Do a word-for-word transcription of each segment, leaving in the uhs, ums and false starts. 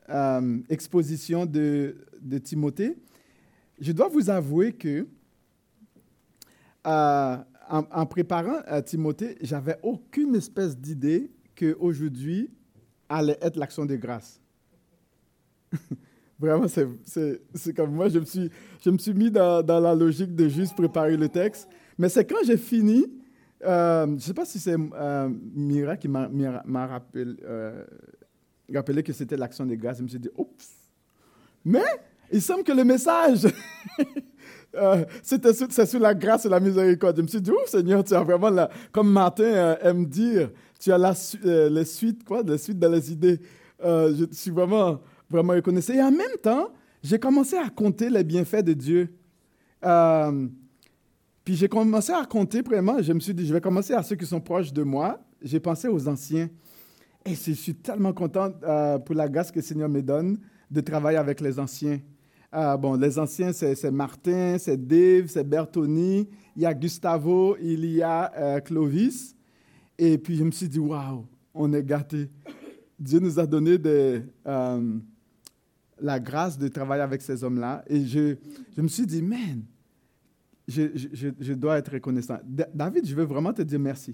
euh, exposition de, de Timothée, je dois vous avouer que euh, en, en préparant euh, Timothée, j'avais aucune espèce d'idée qu'aujourd'hui allait être l'action de grâce. Vraiment, c'est, c'est, c'est comme moi, je me suis, je me suis mis dans, dans la logique de juste préparer le texte. Mais c'est quand j'ai fini, euh, je ne sais pas si c'est euh, Mira qui m'a, m'a, m'a rappelé, euh, rappelé que c'était l'action de grâce. Je me suis dit, oups! Mais il semble que le message, euh, c'était sur, c'est sur la grâce et la miséricorde. Je me suis dit, oh Seigneur, tu as vraiment, la, comme Martin euh, aime dire, tu as la, euh, les suites, quoi, les suites dans les idées. Euh, je suis vraiment, vraiment reconnaissant. Et en même temps, j'ai commencé à compter les bienfaits de Dieu. Euh, puis j'ai commencé à compter vraiment, je me suis dit, je vais commencer à ceux qui sont proches de moi. J'ai pensé aux anciens. Et je suis tellement content euh, pour la grâce que le Seigneur me donne de travailler avec les anciens. Euh, bon, les anciens, c'est, c'est Martin, c'est Dave, c'est Bertoni, il y a Gustavo, il y a euh, Clovis. Et puis je me suis dit, waouh, on est gâtés. Dieu nous a donné des, euh, la grâce de travailler avec ces hommes-là. Et je, je me suis dit, man, je, je, je dois être reconnaissant. D- David, je veux vraiment te dire merci.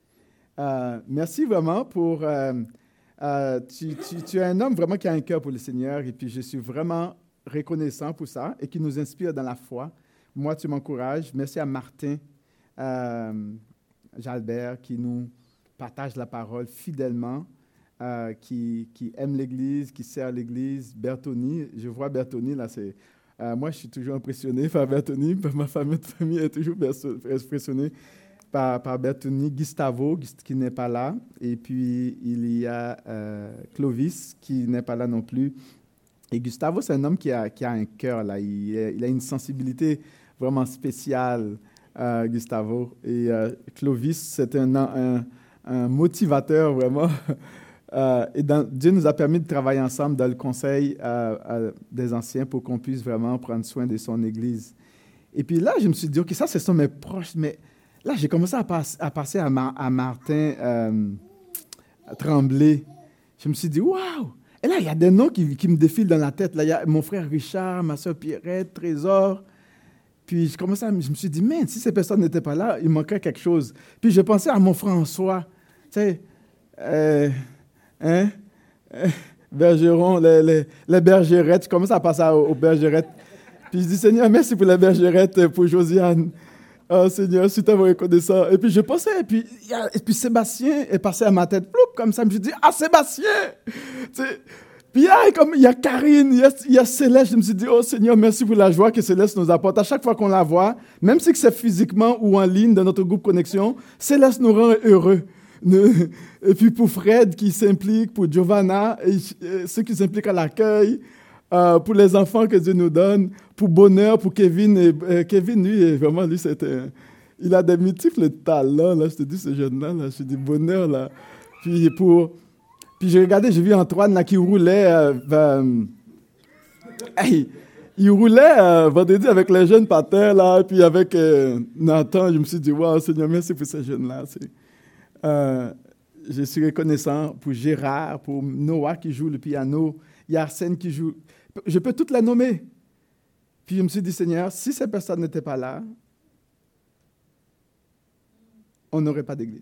Euh, merci vraiment pour... Euh, euh, tu, tu, tu es un homme vraiment qui a un cœur pour le Seigneur et puis je suis vraiment reconnaissant pour ça et qui nous inspire dans la foi. Moi, tu m'encourages. Merci à Martin euh, Jalbert qui nous partage la parole fidèlement, euh, qui, qui aime l'Église, qui sert l'Église. Bertoni, je vois Bertoni là, c'est... Euh, moi, je suis toujours impressionné par Bertoni. Ma famille de famille est toujours impressionnée par, par Bertoni. Gustavo, qui n'est pas là. Et puis, il y a euh, Clovis, qui n'est pas là non plus. Et Gustavo, c'est un homme qui a, qui a un cœur, là. Il, il a une sensibilité vraiment spéciale, euh, Gustavo. Et euh, Clovis, c'est un, un, un motivateur, vraiment. Euh, et dans, Dieu nous a permis de travailler ensemble dans le conseil euh, euh, des anciens pour qu'on puisse vraiment prendre soin de son Église. Et puis là, je me suis dit, OK, ça, ce sont mes proches, mais là, j'ai commencé à, pas, à passer à, Mar, à Martin euh, à Tremblay. Je me suis dit, waouh! Et là, il y a des noms qui, qui me défilent dans la tête. Là, il y a mon frère Richard, ma soeur Pierrette, Trésor. Puis je commençais à, je me suis dit, mais si ces personnes n'étaient pas là, il manquerait quelque chose. Puis je pensais à mon François, tu sais, euh, hein, euh, Bergeron, les, les, les bergerettes. Je commence à passer aux, aux bergerettes. Puis je dis, Seigneur, merci pour les bergerettes, pour Josiane. Oh Seigneur, je suis tellement reconnaissant. Et puis je pensais, et puis, y a, et puis Sébastien est passé à ma tête, ploup, comme ça. Je me suis dit, ah Sébastien! Tu sais, puis il y a, comme, il y a Karine, il y a, il y a Céleste. Je me suis dit, oh Seigneur, merci pour la joie que Céleste nous apporte. À chaque fois qu'on la voit, même si c'est physiquement ou en ligne dans notre groupe Connexion, Céleste nous rend heureux. Et puis pour Fred qui s'implique, pour Giovanna, et ceux qui s'impliquent à l'accueil, euh, pour les enfants que Dieu nous donne, pour Bonheur, pour Kevin. Et, euh, Kevin, lui, vraiment, lui, c'était, il a des multiples talents, là, je te dis, ce jeune-là, là, je te dis, Bonheur, là. Puis pour... Puis j'ai regardé, j'ai vu Antoine là, qui roulait. Euh, euh, hey, il roulait euh, vendredi avec les jeunes par terre, là, puis avec euh, Nathan. Je me suis dit, waouh, Seigneur, merci pour ces jeunes-là. C'est, euh, je suis reconnaissant pour Gérard, pour Noah qui joue le piano. Il y a Arsène qui joue. Je peux toutes les nommer. Puis je me suis dit, Seigneur, si ces personnes n'étaient pas là, on n'aurait pas d'église.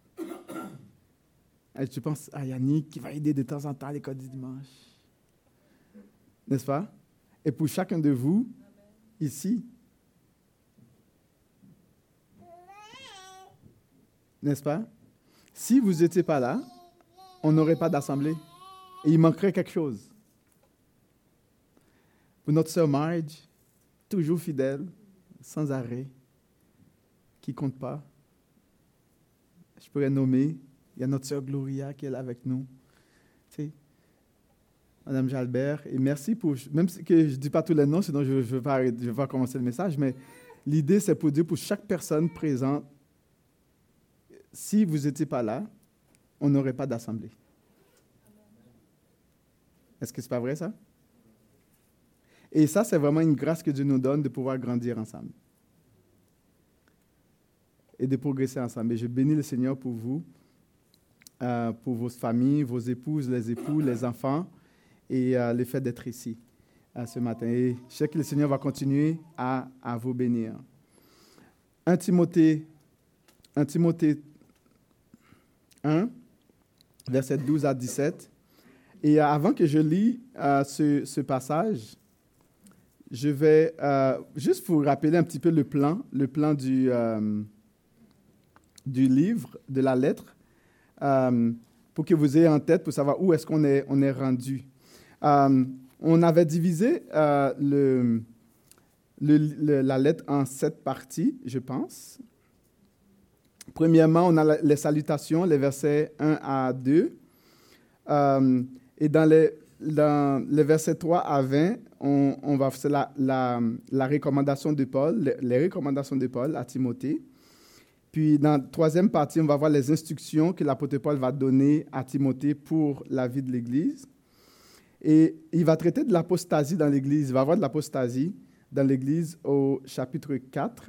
Et tu penses à Yannick qui va aider de temps en temps à l'école du dimanche. N'est-ce pas? Et pour chacun de vous, ici, n'est-ce pas? Si vous n'étiez pas là, on n'aurait pas d'assemblée. Et il manquerait quelque chose. Pour notre sœur Marge, toujours fidèle, sans arrêt, qui ne compte pas. Je pourrais nommer. Il y a notre sœur Gloria qui est là avec nous. Tu sais, Madame Jalbert. Et merci pour... Même si que je ne dis pas tous les noms, sinon je ne vais pas, je vais pas commencer le message, mais l'idée, c'est pour dire pour chaque personne présente, si vous n'étiez pas là, on n'aurait pas d'assemblée. Est-ce que ce n'est pas vrai, ça? Et ça, c'est vraiment une grâce que Dieu nous donne de pouvoir grandir ensemble. Et de progresser ensemble. Et je bénis le Seigneur pour vous, euh, pour vos familles, vos épouses, les époux, les enfants. et euh, le fait d'être ici euh, ce matin. Et je sais que le Seigneur va continuer à, à vous bénir. un Timothée, un Timothée un, versets douze à dix-sept. Et euh, avant que je lis euh, ce, ce passage, je vais euh, juste vous rappeler un petit peu le plan, le plan du, euh, du livre, de la lettre, euh, pour que vous ayez en tête, pour savoir où est-ce qu'on est, on est rendu. Euh, on avait divisé euh, le, le, le, la lettre en sept parties, je pense. Premièrement, on a les salutations, les versets un à deux. Euh, et dans les, dans les versets trois à vingt, on, on va faire la, la, la recommandation de Paul, les, les recommandations de Paul à Timothée. Puis, dans la troisième partie, on va voir les instructions que l'apôtre Paul va donner à Timothée pour la vie de l'Église. Et il va traiter de l'apostasie dans l'Église. Il va y avoir de l'apostasie dans l'Église au chapitre quatre,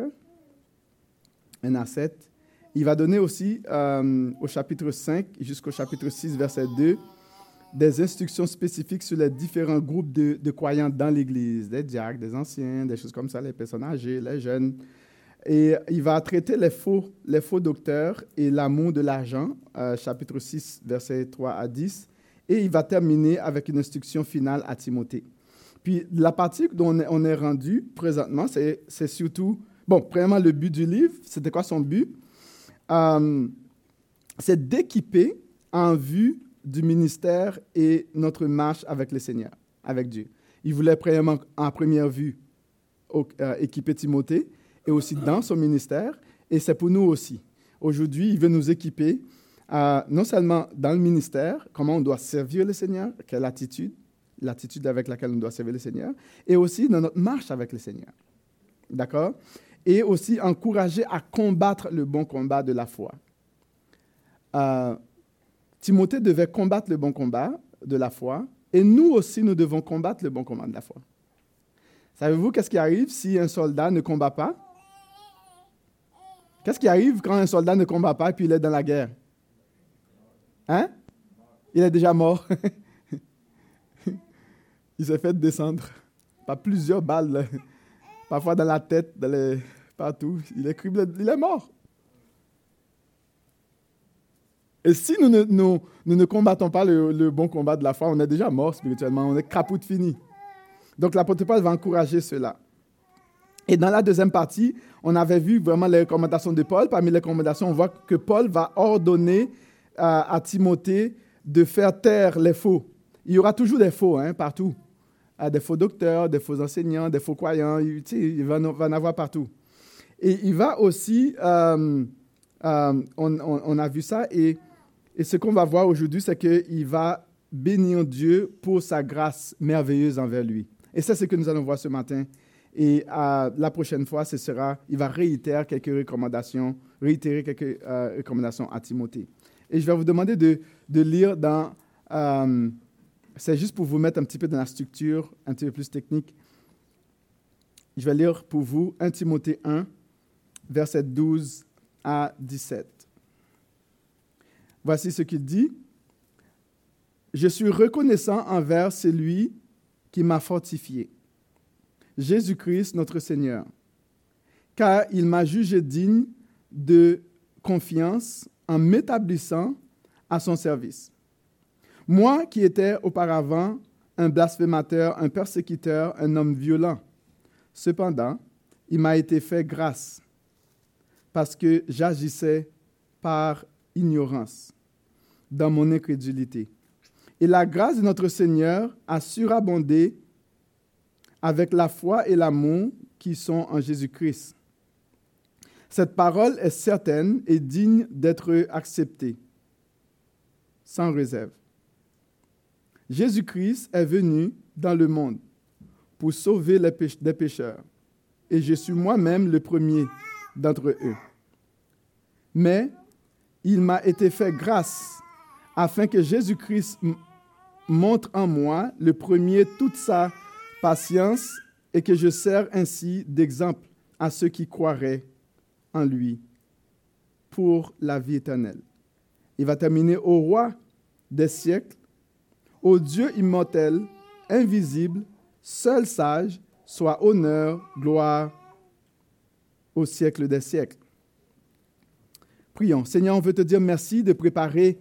un à sept. Il va donner aussi euh, au chapitre cinq jusqu'au chapitre six, verset deux, des instructions spécifiques sur les différents groupes de, de croyants dans l'Église, des diacres, des anciens, des choses comme ça, les personnes âgées, les jeunes. Et il va traiter les faux, les faux docteurs et l'amour de l'argent, euh, chapitre six, versets trois à dix. Et il va terminer avec une instruction finale à Timothée. Puis la partie dont on est, on est rendu présentement, c'est, c'est surtout, bon, premièrement, le but du livre. C'était quoi son but? Euh, c'est d'équiper en vue du ministère et notre marche avec le Seigneur, avec Dieu. Il voulait premièrement, en première vue, euh, équiper Timothée et aussi dans son ministère, et c'est pour nous aussi. Aujourd'hui, il veut nous équiper euh, non seulement dans le ministère, comment on doit servir le Seigneur, quelle attitude, l'attitude avec laquelle on doit servir le Seigneur, et aussi dans notre marche avec le Seigneur. D'accord? Et aussi encourager à combattre le bon combat de la foi. Euh, Timothée devait combattre le bon combat de la foi, et nous aussi, nous devons combattre le bon combat de la foi. Savez-vous qu'est-ce qui arrive si un soldat ne combat pas? Qu'est-ce qui arrive quand un soldat ne combat pas et puis il est dans la guerre? Hein? Il est déjà mort. Il s'est fait descendre par plusieurs balles, là. Parfois dans la tête, dans les... partout. Il est criblé, il est mort. Et si nous ne, nous, nous ne combattons pas le, le bon combat de la foi, on est déjà mort spirituellement, on est crapoute fini. Donc l'apôtre Paul va encourager cela. Et dans la deuxième partie, on avait vu vraiment les recommandations de Paul. Parmi les recommandations, on voit que Paul va ordonner euh, à Timothée de faire taire les faux. Il y aura toujours des faux, hein, partout. Euh, des faux docteurs, des faux enseignants, des faux croyants, tu sais, il va, va en avoir partout. Et il va aussi, euh, euh, on, on, on a vu ça, et, et ce qu'on va voir aujourd'hui, c'est qu'il va bénir Dieu pour sa grâce merveilleuse envers lui. Et c'est ce que nous allons voir ce matin. Et euh, la prochaine fois, ce sera, il va réitérer quelques recommandations, réitérer quelques euh, recommandations à Timothée. Et je vais vous demander de, de lire dans, euh, c'est juste pour vous mettre un petit peu dans la structure, un petit peu plus technique. Je vais lire pour vous un Timothée un, versets douze à dix-sept. Voici ce qu'il dit. « Je suis reconnaissant envers celui qui m'a fortifié, Jésus-Christ, notre Seigneur, car il m'a jugé digne de confiance en m'établissant à son service. Moi qui étais auparavant un blasphémateur, un persécuteur, un homme violent, cependant, il m'a été fait grâce parce que j'agissais par ignorance dans mon incrédulité. Et la grâce de notre Seigneur a surabondé avec la foi et l'amour qui sont en Jésus-Christ. Cette parole est certaine et digne d'être acceptée, sans réserve. Jésus-Christ est venu dans le monde pour sauver les péch- des pécheurs, et je suis moi-même le premier d'entre eux. Mais il m'a été fait grâce afin que Jésus-Christ m- montre en moi le premier toute sa patience et que je sers ainsi d'exemple à ceux qui croiraient en lui pour la vie éternelle. Il va terminer au roi des siècles, au Dieu immortel invisible, seul sage, soit honneur, gloire au siècle des siècles. Prions. Seigneur, on veut te dire merci de préparer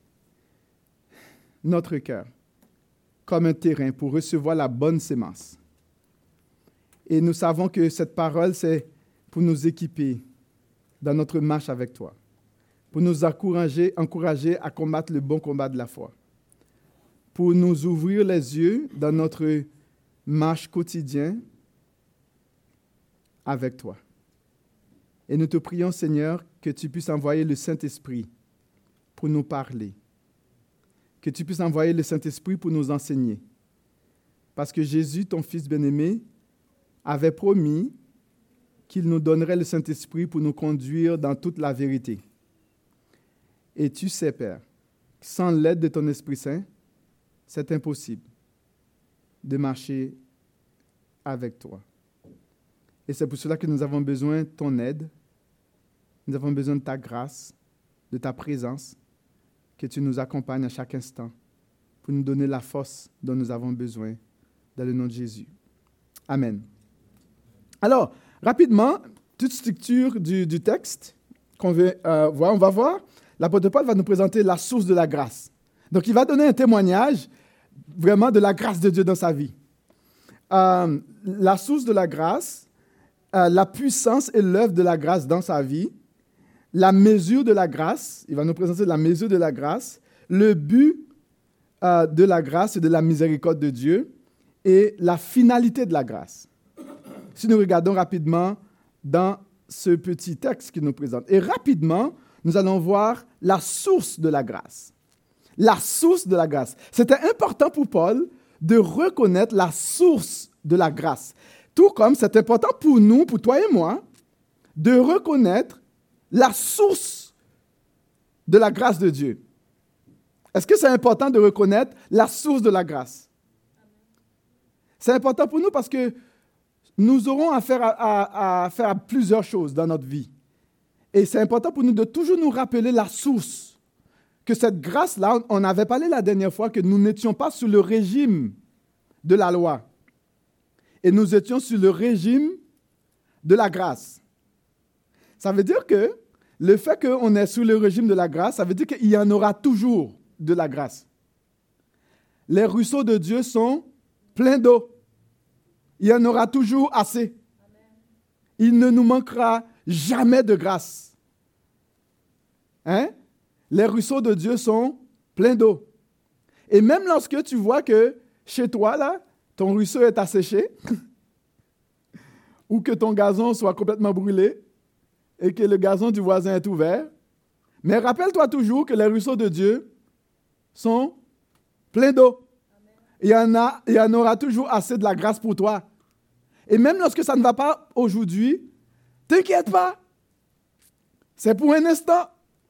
notre cœur comme un terrain pour recevoir la bonne sémence. Et nous savons que cette parole, c'est pour nous équiper dans notre marche avec toi, pour nous encourager, encourager à combattre le bon combat de la foi, pour nous ouvrir les yeux dans notre marche quotidienne avec toi. Et nous te prions, Seigneur, que tu puisses envoyer le Saint-Esprit pour nous parler, que tu puisses envoyer le Saint-Esprit pour nous enseigner. Parce que Jésus, ton Fils bien-aimé, avait promis qu'il nous donnerait le Saint-Esprit pour nous conduire dans toute la vérité. Et tu sais, Père, sans l'aide de ton Esprit Saint, c'est impossible de marcher avec toi. Et c'est pour cela que nous avons besoin de ton aide, nous avons besoin de ta grâce, de ta présence, que tu nous accompagnes à chaque instant pour nous donner la force dont nous avons besoin dans le nom de Jésus. Amen. Alors, rapidement, toute structure du, du texte qu'on veut euh, voir, on va voir, l'apôtre Paul va nous présenter la source de la grâce. Donc, il va donner un témoignage vraiment de la grâce de Dieu dans sa vie. Euh, la source de la grâce, euh, la puissance et l'œuvre de la grâce dans sa vie, la mesure de la grâce, il va nous présenter la mesure de la grâce, le but euh, de la grâce et de la miséricorde de Dieu et la finalité de la grâce. Si nous regardons rapidement dans ce petit texte qu'il nous présente. Et rapidement, nous allons voir la source de la grâce. La source de la grâce. C'était important pour Paul de reconnaître la source de la grâce. Tout comme c'est important pour nous, pour toi et moi, de reconnaître la source de la grâce de Dieu. Est-ce que c'est important de reconnaître la source de la grâce? C'est important pour nous parce que nous aurons affaire à, à, à faire à plusieurs choses dans notre vie. Et c'est important pour nous de toujours nous rappeler la source. Que cette grâce-là, on avait parlé la dernière fois que nous n'étions pas sous le régime de la loi. Et nous étions sous le régime de la grâce. Ça veut dire que le fait qu'on est sous le régime de la grâce, ça veut dire qu'il y en aura toujours de la grâce. Les ruisseaux de Dieu sont pleins d'eau. Il y en aura toujours assez. Il ne nous manquera jamais de grâce. Hein? Les ruisseaux de Dieu sont pleins d'eau. Et même lorsque tu vois que chez toi, là, ton ruisseau est asséché, ou que ton gazon soit complètement brûlé, et que le gazon du voisin est ouvert, mais rappelle-toi toujours que les ruisseaux de Dieu sont pleins d'eau. Il y en a, il y en aura toujours assez de la grâce pour toi. Et même lorsque ça ne va pas aujourd'hui, t'inquiète pas. C'est pour un instant.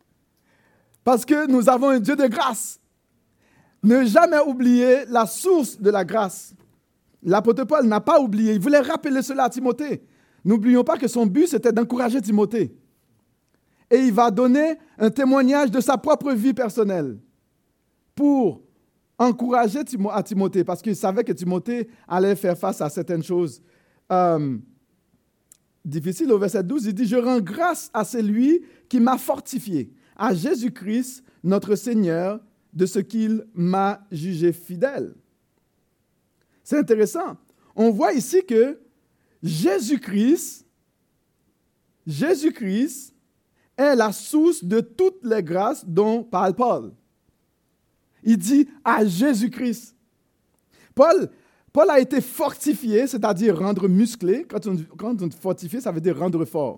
Parce que nous avons un Dieu de grâce. Ne jamais oublier la source de la grâce. L'apôtre Paul n'a pas oublié. Il voulait rappeler cela à Timothée. N'oublions pas que son but, c'était d'encourager Timothée. Et il va donner un témoignage de sa propre vie personnelle pour encourager à Timothée, parce qu'il savait que Timothée allait faire face à certaines choses euh, difficiles. Au verset douze, il dit « Je rends grâce à celui qui m'a fortifié, à Jésus-Christ, notre Seigneur, de ce qu'il m'a jugé fidèle. » C'est intéressant. On voit ici que Jésus-Christ, Jésus-Christ est la source de toutes les grâces dont parle Paul. Il dit à Jésus-Christ. Paul, Paul a été fortifié, c'est-à-dire rendre musclé. Quand on, quand on fortifie, ça veut dire rendre fort.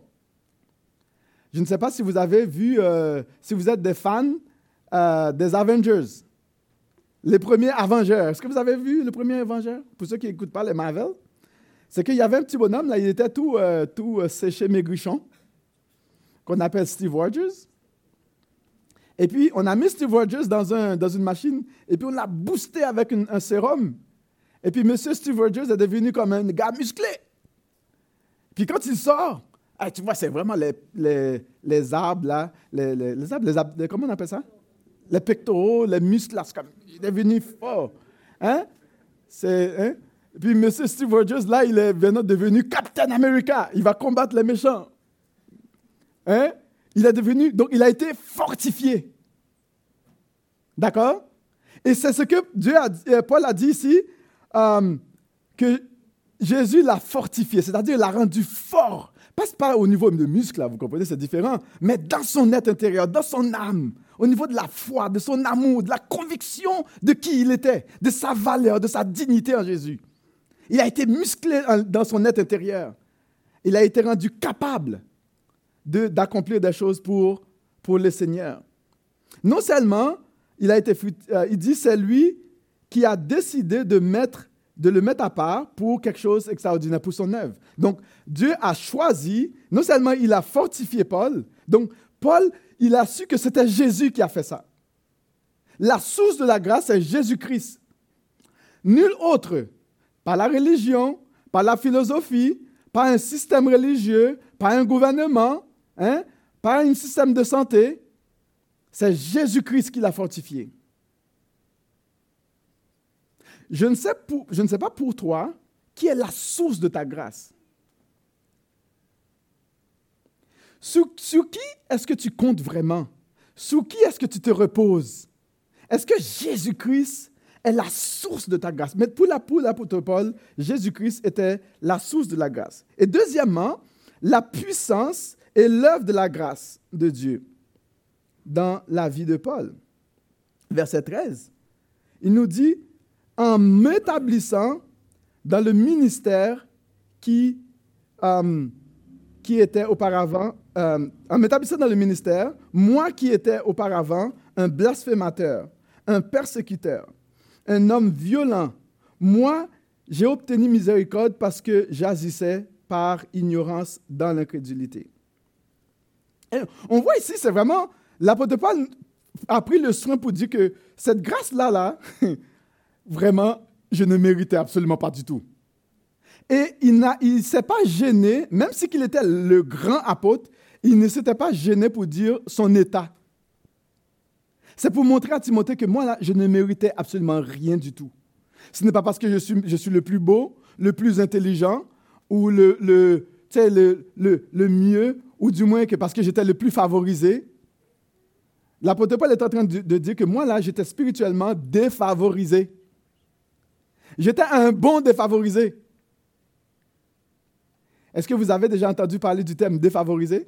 Je ne sais pas si vous avez vu, euh, si vous êtes des fans euh, des Avengers. Les premiers Avengers. Est-ce que vous avez vu le premier Avenger? Pour ceux qui n'écoutent pas les Marvel, c'est qu'il y avait un petit bonhomme, là, il était tout, euh, tout euh, séché, maigrichon, qu'on appelle Steve Rogers. Et puis, on a mis Steve Rogers dans, un, dans une machine, et puis on l'a boosté avec une, un sérum. Et puis, M. Steve Rogers est devenu comme un gars musclé. Puis quand il sort, ah, tu vois, c'est vraiment les, les, les arbres, là, les, les, les arbres, les arbres, les, comment on appelle ça? Les pectoraux, les muscles, là, c'est comme, il est devenu fort. Hein? C'est C'est, hein? Puis M. Steve Rogers, là, il est maintenant devenu Captain America. Il va combattre les méchants. Hein? Il est devenu, donc il a été fortifié. D'accord? Et c'est ce que Dieu a, Paul a dit ici, euh, que Jésus l'a fortifié, c'est-à-dire l'a rendu fort. Pas, pas au niveau de muscles, là, vous comprenez, c'est différent, mais dans son être intérieur, dans son âme, au niveau de la foi, de son amour, de la conviction de qui il était, de sa valeur, de sa dignité en Jésus. Il a été musclé dans son être intérieur. Il a été rendu capable de, d'accomplir des choses pour, pour le Seigneur. Non seulement, il a été, euh, il dit, c'est lui qui a décidé de, mettre, de le mettre à part pour quelque chose d'extraordinaire, pour son œuvre. Donc, Dieu a choisi, non seulement il a fortifié Paul, donc Paul, il a su que c'était Jésus qui a fait ça. La source de la grâce, c'est Jésus-Christ. Nul autre, pas la religion, pas la philosophie, pas un système religieux, pas un gouvernement, hein, pas un système de santé. C'est Jésus-Christ qui l'a fortifié. Je ne sais, pour, je ne sais pas pour toi qui est la source de ta grâce. Sur, sur qui est-ce que tu comptes vraiment? Sur qui est-ce que tu te reposes? Est-ce que Jésus-Christ est la source de ta grâce? Mais pour, la, pour l'apôtre Paul, Jésus-Christ était la source de la grâce. Et deuxièmement, la puissance et l'œuvre de la grâce de Dieu dans la vie de Paul. Verset treize, il nous dit « En m'établissant dans le ministère qui, euh, qui était auparavant, euh, en m'établissant dans le ministère, moi qui étais auparavant un blasphémateur, un persécuteur, un homme violent, moi, j'ai obtenu miséricorde parce que j'agissais par ignorance dans l'incrédulité. » Et on voit ici, c'est vraiment, l'apôtre Paul a pris le soin pour dire que cette grâce-là, là, vraiment, je ne méritais absolument pas du tout. Et il ne s'est pas gêné, même si qu'il était le grand apôtre, il ne s'était pas gêné pour dire son état. C'est pour montrer à Timothée que moi, là, je ne méritais absolument rien du tout. Ce n'est pas parce que je suis, je suis le plus beau, le plus intelligent, ou le, le, tu sais, le, le, le mieux, ou du moins que parce que j'étais le plus favorisé. L'apôtre Paul est en train de, de dire que moi, là, j'étais spirituellement défavorisé. J'étais un bon défavorisé. Est-ce que vous avez déjà entendu parler du terme défavorisé?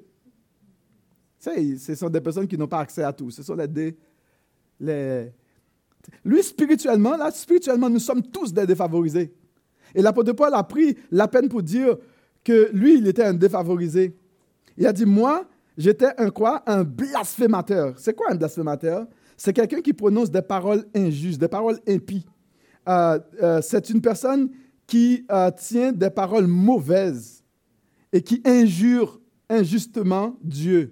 Ce sont des personnes qui n'ont pas accès à tout. Ce sont les, dé, les... Lui, spirituellement, là, spirituellement, nous sommes tous des défavorisés. Et l'apôtre Paul a pris la peine pour dire que lui, il était un défavorisé. Il a dit, moi, j'étais un quoi? Un blasphémateur. C'est quoi un blasphémateur? C'est quelqu'un qui prononce des paroles injustes, des paroles impies. Euh, euh, c'est une personne qui euh, tient des paroles mauvaises et qui injure injustement Dieu.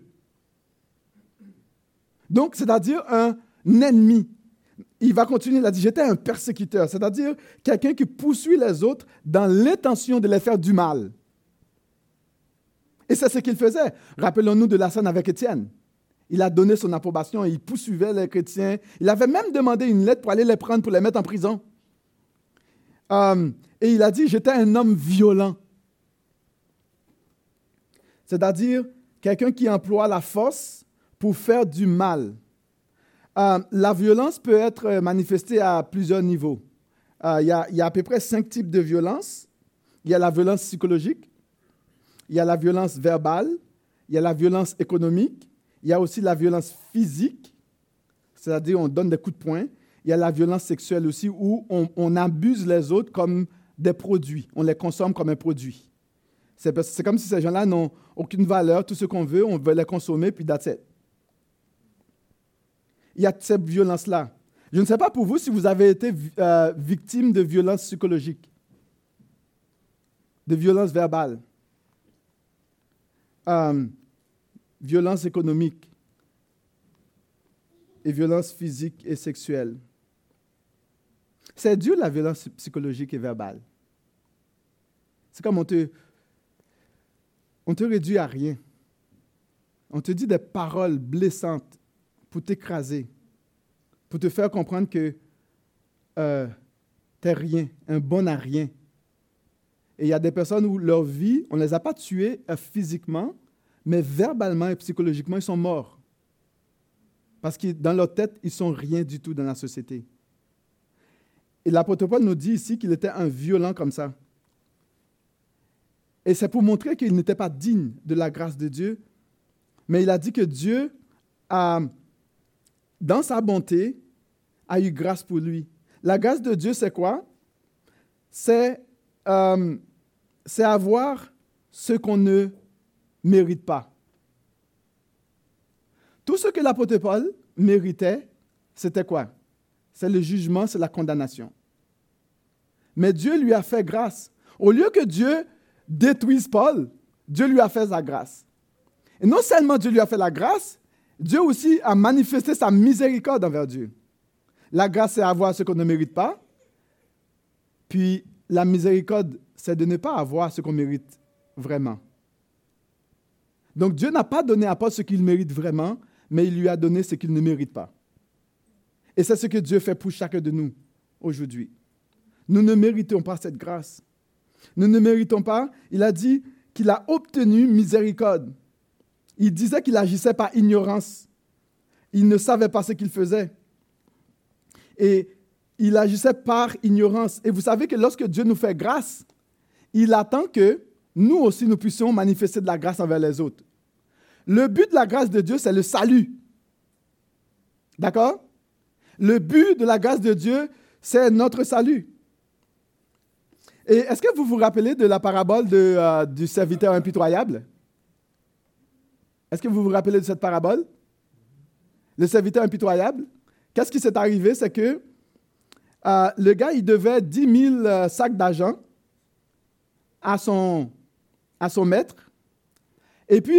Donc, c'est-à-dire un ennemi. Il va continuer, il a dit, j'étais un persécuteur, c'est-à-dire quelqu'un qui poursuit les autres dans l'intention de les faire du mal. Et c'est ce qu'il faisait. Rappelons-nous de la scène avec Étienne. Il a donné son approbation et il poursuivait les chrétiens. Il avait même demandé une lettre pour aller les prendre, pour les mettre en prison. Euh, et il a dit, j'étais un homme violent. C'est-à-dire quelqu'un qui emploie la force pour faire du mal. Euh, la violence peut être manifestée à plusieurs niveaux. Euh, il y a, il y a à peu près cinq types de violence. Il y a la violence psychologique, il y a la violence verbale, il y a la violence économique, il y a aussi la violence physique, c'est-à-dire on donne des coups de poing. Il y a la violence sexuelle aussi, où on, on abuse les autres comme des produits. On les consomme comme un produit. C'est, c'est comme si ces gens-là n'ont aucune valeur. Tout ce qu'on veut, on veut les consommer, puis that's it. Il y a cette violence-là. Je ne sais pas pour vous si vous avez été euh, victime de violences psychologiques, de violences verbales, euh, violences économiques et violences physiques et sexuelles. C'est dur, la violence psychologique et verbale. C'est comme on te, on te réduit à rien. On te dit des paroles blessantes pour t'écraser, pour te faire comprendre que euh, t'es rien, un bon à rien. Et il y a des personnes où leur vie, on ne les a pas tués euh, physiquement, mais verbalement et psychologiquement, ils sont morts. Parce que dans leur tête, ils ne sont rien du tout dans la société. Et l'apôtre Paul nous dit ici qu'il était un violent comme ça. Et c'est pour montrer qu'il n'était pas digne de la grâce de Dieu, mais il a dit que Dieu, a, dans sa bonté, a eu grâce pour lui. La grâce de Dieu, c'est quoi? C'est, euh, c'est avoir ce qu'on ne mérite pas. Tout ce que l'apôtre Paul méritait, c'était quoi? C'est le jugement, c'est la condamnation. Mais Dieu lui a fait grâce. Au lieu que Dieu détruise Paul, Dieu lui a fait sa grâce. Et non seulement Dieu lui a fait la grâce, Dieu aussi a manifesté sa miséricorde envers Dieu. La grâce, c'est avoir ce qu'on ne mérite pas. Puis la miséricorde, c'est de ne pas avoir ce qu'on mérite vraiment. Donc Dieu n'a pas donné à Paul ce qu'il mérite vraiment, mais il lui a donné ce qu'il ne mérite pas. Et c'est ce que Dieu fait pour chacun de nous aujourd'hui. Nous ne méritons pas cette grâce. Nous ne méritons pas. Il a dit qu'il a obtenu miséricorde. Il disait qu'il agissait par ignorance. Il ne savait pas ce qu'il faisait. Et il agissait par ignorance. Et vous savez que lorsque Dieu nous fait grâce, il attend que nous aussi, nous puissions manifester de la grâce envers les autres. Le but de la grâce de Dieu, c'est le salut. D'accord? Le but de la grâce de Dieu, c'est notre salut. Et est-ce que vous vous rappelez de la parabole de, euh, du serviteur impitoyable? Est-ce que vous vous rappelez de cette parabole? Le serviteur impitoyable? Qu'est-ce qui s'est arrivé? C'est que euh, le gars, il devait dix mille euh, sacs d'argent à son, à son maître. Et puis,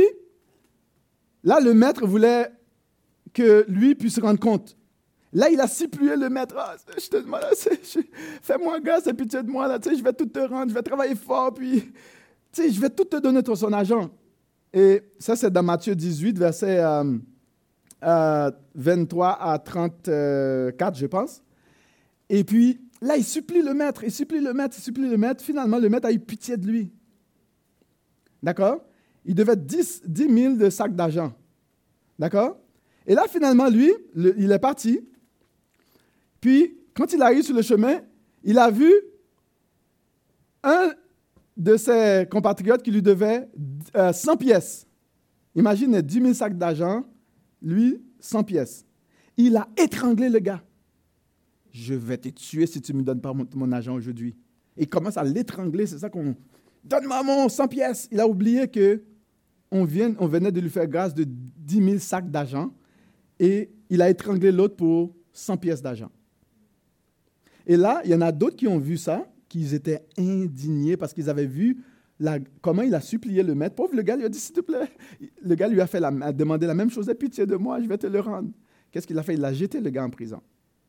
là, le maître voulait que lui puisse se rendre compte. Là, il a supplié le maître. Ah, je te demande, je, fais-moi grâce et pitié de moi. Là, tu sais, je vais tout te rendre, je vais travailler fort, puis tu sais, je vais tout te donner ton son argent. Et ça, c'est dans Matthieu dix-huit, versets euh, euh, vingt-trois à trente-quatre, je pense. Et puis, là, il supplie le maître, il supplie le maître, il supplie le maître. Finalement, le maître a eu pitié de lui. D'accord? Il devait dix mille de sacs d'argent. D'accord? Et là, finalement, lui, le, il est parti. Puis, quand il arrive sur le chemin, il a vu un de ses compatriotes qui lui devait euh, cent pièces. Imagine, dix mille sacs d'argent, lui, cent pièces. Il a étranglé le gars. Je vais te tuer si tu ne me donnes pas mon, mon argent aujourd'hui. Il commence à l'étrangler, c'est ça qu'on... Donne-moi mon cent pièces. Il a oublié que on, vient, on venait de lui faire grâce de dix mille sacs d'argent et il a étranglé l'autre pour cent pièces d'argent. Et là, il y en a d'autres qui ont vu ça, qui étaient indignés parce qu'ils avaient vu la, comment il a supplié le maître. Pauvre, le gars lui a dit, s'il te plaît. Le gars lui a, fait la, a demandé la même chose, aie pitié de moi, je vais te le rendre. Qu'est-ce qu'il a fait? Il a jeté le gars en prison.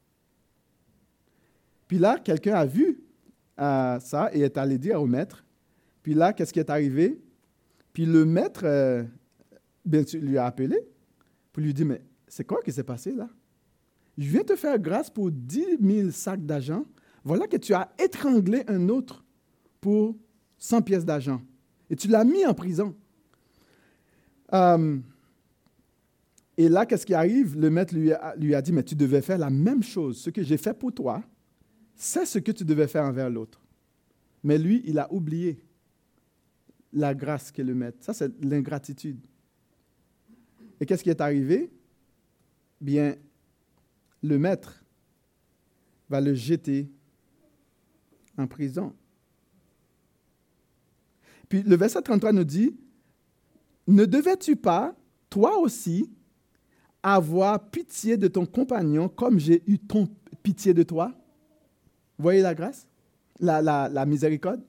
Puis là, quelqu'un a vu euh, ça et est allé dire au maître. Puis là, qu'est-ce qui est arrivé? Puis le maître, euh, bien sûr, lui a appelé pour lui dire, mais c'est quoi qui s'est passé là? Je viens te faire grâce pour dix mille sacs d'argent. Voilà que tu as étranglé un autre pour cent pièces d'argent. Et tu l'as mis en prison. Euh, et là, qu'est-ce qui arrive? Le maître lui a, lui a dit, mais tu devais faire la même chose. Ce que j'ai fait pour toi, c'est ce que tu devais faire envers l'autre. Mais lui, il a oublié la grâce qu'est le maître. Ça, c'est l'ingratitude. Et qu'est-ce qui est arrivé? Bien, le maître va le jeter en prison. Puis le verset trente-trois nous dit, « Ne devais-tu pas, toi aussi, avoir pitié de ton compagnon comme j'ai eu ton pitié de toi? » Vous voyez la grâce? La, la, la miséricorde?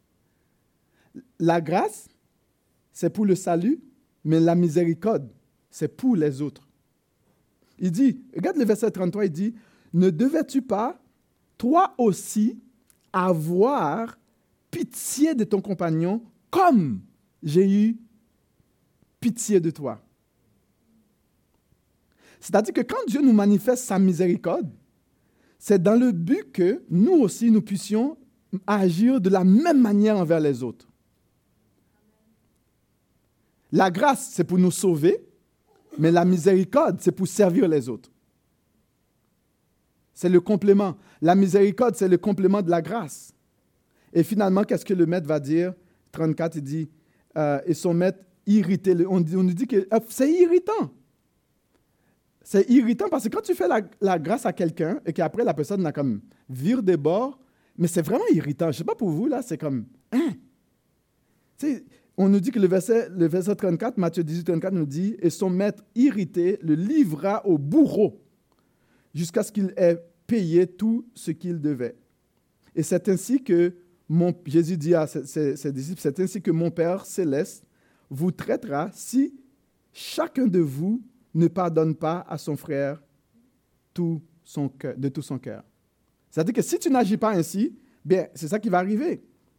La grâce, c'est pour le salut, mais la miséricorde, c'est pour les autres. Il dit, regarde le verset trente-trois, il dit, « Ne devais-tu pas, toi aussi, avoir pitié de ton compagnon comme j'ai eu pitié de toi. » C'est-à-dire que quand Dieu nous manifeste sa miséricorde, c'est dans le but que nous aussi, nous puissions agir de la même manière envers les autres. La grâce, c'est pour nous sauver, mais la miséricorde, c'est pour servir les autres. C'est le complément. La miséricorde, c'est le complément de la grâce. Et finalement, qu'est-ce que le maître va dire? trente-quatre, il dit, euh, et son maître irrité. On, dit, on nous dit que euh, c'est irritant. C'est irritant parce que quand tu fais la, la grâce à quelqu'un et qu'après la personne n'a comme vire des bords, mais c'est vraiment irritant. Je ne sais pas pour vous, là, c'est comme, hein? Tu sais, on nous dit que le verset, le verset trente-quatre, Matthieu dix-huit, trente-quatre nous dit, et son maître irrité le livra au bourreau jusqu'à ce qu'il ait payé tout ce qu'il devait. Et c'est ainsi que mon, Jésus dit à ses, ses, ses disciples, c'est ainsi que mon Père céleste vous traitera si chacun de vous ne pardonne pas à son frère tout son cœur, de tout son cœur. C'est-à-dire que si tu n'agis pas ainsi, bien, c'est ça qui va arriver.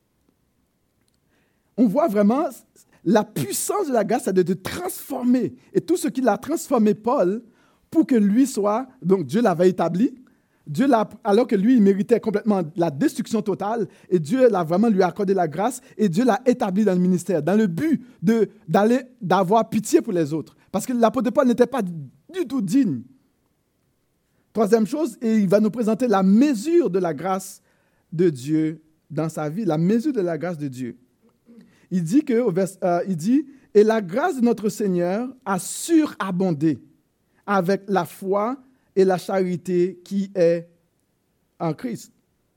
On voit vraiment la puissance de la grâce, c'est de te transformer. Et tout ce qu'il a transformé Paul pour que lui soit, donc Dieu l'avait établi, Dieu l'a, alors que lui, il méritait complètement la destruction totale, et Dieu l'a vraiment lui accordé la grâce, et Dieu l'a établi dans le ministère, dans le but de, d'aller, d'avoir pitié pour les autres. Parce que l'apôtre Paul n'était pas du tout digne. Troisième chose, et il va nous présenter la mesure de la grâce de Dieu dans sa vie, la mesure de la grâce de Dieu. Il dit, que, euh, il dit, et la grâce de notre Seigneur a surabondé avec la foi et la charité qui est en Christ.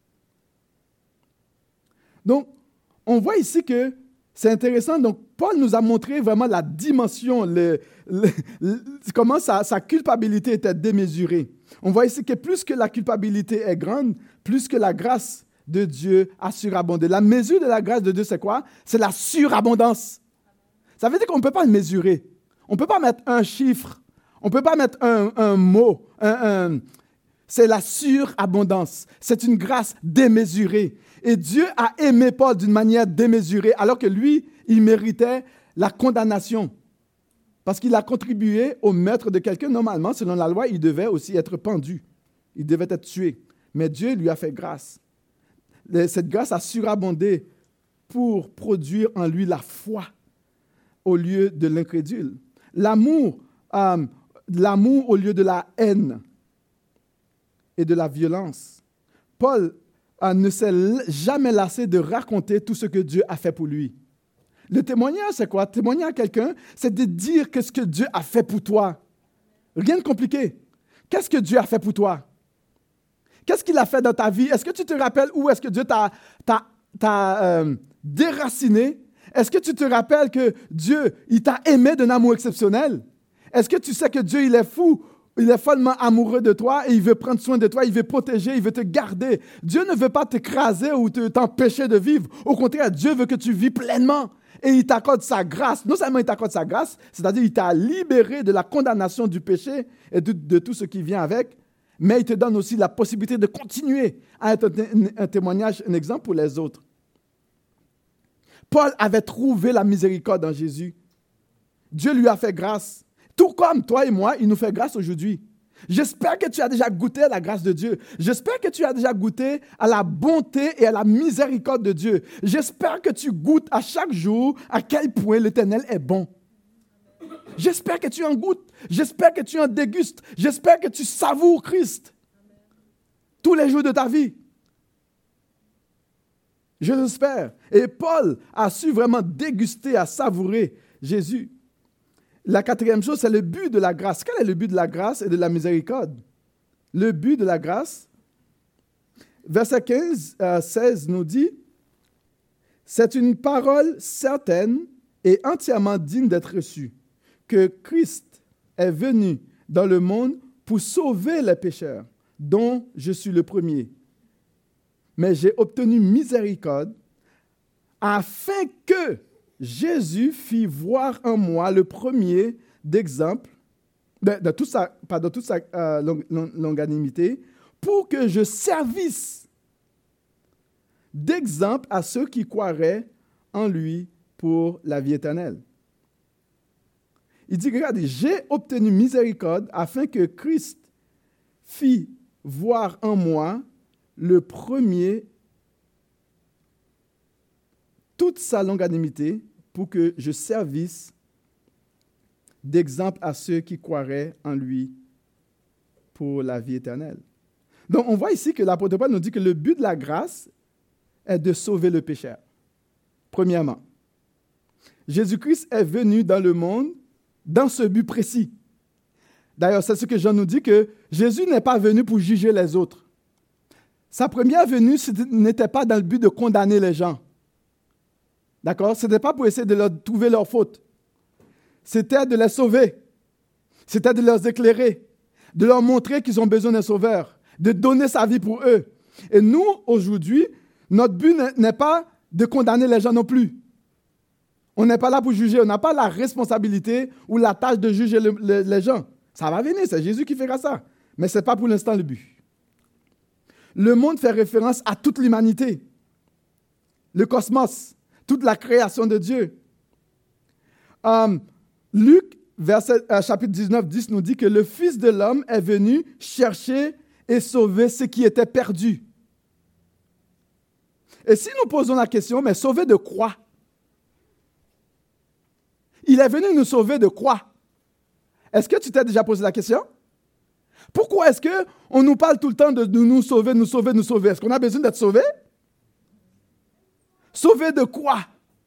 Donc, on voit ici que c'est intéressant. Donc, Paul nous a montré vraiment la dimension, le, le, le, comment sa, sa culpabilité était démesurée. On voit ici que plus que la culpabilité est grande, plus que la grâce de Dieu a surabondé. La mesure de la grâce de Dieu, c'est quoi? C'est la surabondance. Ça veut dire qu'on ne peut pas le mesurer. On ne peut pas mettre un chiffre. On ne peut pas mettre un, un mot. Un, un, c'est la surabondance. C'est une grâce démesurée. Et Dieu a aimé Paul d'une manière démesurée, alors que lui, il méritait la condamnation. Parce qu'il a contribué au meurtre de quelqu'un. Normalement, selon la loi, il devait aussi être pendu. Il devait être tué. Mais Dieu lui a fait grâce. Cette grâce a surabondé pour produire en lui la foi au lieu de l'incrédule. L'amour, euh, l'amour au lieu de la haine et de la violence. Paul euh, ne s'est jamais lassé de raconter tout ce que Dieu a fait pour lui. Le témoignage, c'est quoi? Témoigner à quelqu'un, c'est de dire qu'est-ce que Dieu a fait pour toi. Rien de compliqué. Qu'est-ce que Dieu a fait pour toi? Qu'est-ce qu'il a fait dans ta vie? Est-ce que tu te rappelles où est-ce que Dieu t'a, t'a, t'a euh, déraciné? Est-ce que tu te rappelles que Dieu, il t'a aimé d'un amour exceptionnel? Est-ce que tu sais que Dieu, il est fou? Il est follement amoureux de toi et il veut prendre soin de toi, il veut protéger, il veut te garder. Dieu ne veut pas t'écraser ou te, t'empêcher de vivre. Au contraire, Dieu veut que tu vis pleinement. Et il t'accorde sa grâce. Non seulement il t'accorde sa grâce, c'est-à-dire il t'a libéré de la condamnation du péché et de, de tout ce qui vient avec, mais il te donne aussi la possibilité de continuer à être un, un témoignage, un exemple pour les autres. Paul avait trouvé la miséricorde en Jésus. Dieu lui a fait grâce. Tout comme toi et moi, il nous fait grâce aujourd'hui. J'espère que tu as déjà goûté à la grâce de Dieu. J'espère que tu as déjà goûté à la bonté et à la miséricorde de Dieu. J'espère que tu goûtes à chaque jour à quel point l'Éternel est bon. J'espère que tu en goûtes. J'espère que tu en dégustes. J'espère que tu savoures Christ tous les jours de ta vie. Je l'espère. Et Paul a su vraiment déguster, à savourer Jésus. La quatrième chose, c'est le but de la grâce. Quel est le but de la grâce et de la miséricorde? Le but de la grâce, verset quinze à seize nous dit, « C'est une parole certaine et entièrement digne d'être reçue, que Christ est venu dans le monde pour sauver les pécheurs, dont je suis le premier. Mais j'ai obtenu miséricorde afin que Jésus fit voir en moi le premier d'exemple, de, de toute sa, pardon, toute sa euh, long, long, longanimité, pour que je servisse d'exemple à ceux qui croiraient en lui pour la vie éternelle. » Il dit, regardez, j'ai obtenu miséricorde afin que Christ fit voir en moi le premier toute sa longanimité pour que je servisse d'exemple à ceux qui croiraient en lui pour la vie éternelle. Donc, on voit ici que l'apôtre Paul nous dit que le but de la grâce est de sauver le pécheur. Premièrement, Jésus-Christ est venu dans le monde dans ce but précis. D'ailleurs, c'est ce que Jean nous dit, que Jésus n'est pas venu pour juger les autres. Sa première venue n'était pas dans le but de condamner les gens. D'accord? Ce n'était pas pour essayer de leur trouver leurs fautes. C'était de les sauver. C'était de les éclairer, de leur montrer qu'ils ont besoin d'un sauveur, de donner sa vie pour eux. Et nous, aujourd'hui, notre but n'est pas de condamner les gens non plus. On n'est pas là pour juger. On n'a pas la responsabilité ou la tâche de juger le, le, les gens. Ça va venir, c'est Jésus qui fera ça. Mais ce n'est pas pour l'instant le but. Le monde fait référence à toute l'humanité, le cosmos, toute la création de Dieu. Um, Luc, verset, euh, chapitre dix-neuf, dix nous dit que le Fils de l'homme est venu chercher et sauver ce qui était perdu. Et si nous posons la question, mais sauver de quoi? Il est venu nous sauver de quoi? Est-ce que tu t'es déjà posé la question? Pourquoi est-ce qu'on nous parle tout le temps de nous sauver, nous sauver, nous sauver? Est-ce qu'on a besoin d'être sauvé? Sauvé de quoi?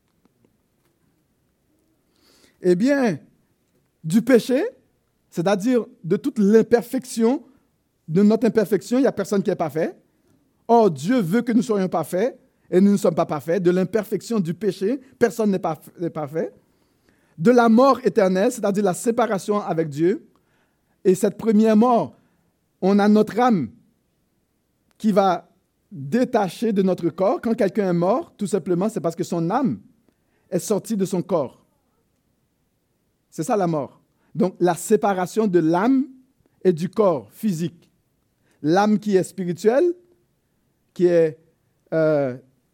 Eh bien, du péché, c'est-à-dire de toute l'imperfection, de notre imperfection, il n'y a personne qui est parfait. Or, Dieu veut que nous soyons parfaits et nous ne sommes pas parfaits. De l'imperfection du péché, personne n'est parfait. De la mort éternelle, c'est-à-dire la séparation avec Dieu. Et cette première mort, on a notre âme qui va détacher de notre corps. Quand quelqu'un est mort, tout simplement, c'est parce que son âme est sortie de son corps. C'est ça la mort. Donc, la séparation de l'âme et du corps physique. L'âme qui est spirituelle, qui est euh,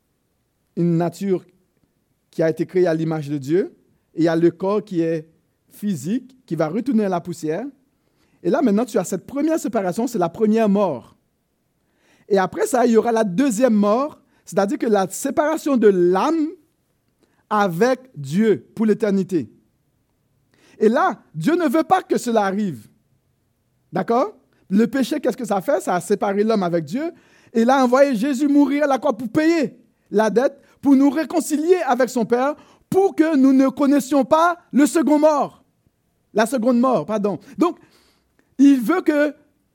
une nature qui a été créée à l'image de Dieu, et il y a le corps qui est physique, qui va retourner à la poussière. Et là, maintenant, tu as cette première séparation, c'est la première mort. Et après ça, il y aura la deuxième mort, c'est-à-dire que la séparation de l'âme avec Dieu pour l'éternité. Et là, Dieu ne veut pas que cela arrive. D'accord? Le péché, qu'est-ce que ça fait? Ça a séparé l'homme avec Dieu. Et il a envoyé Jésus mourir à la croix pour payer la dette, pour nous réconcilier avec son Père, pour que nous ne connaissions pas le second mort. La seconde mort, pardon. Donc, il veut que,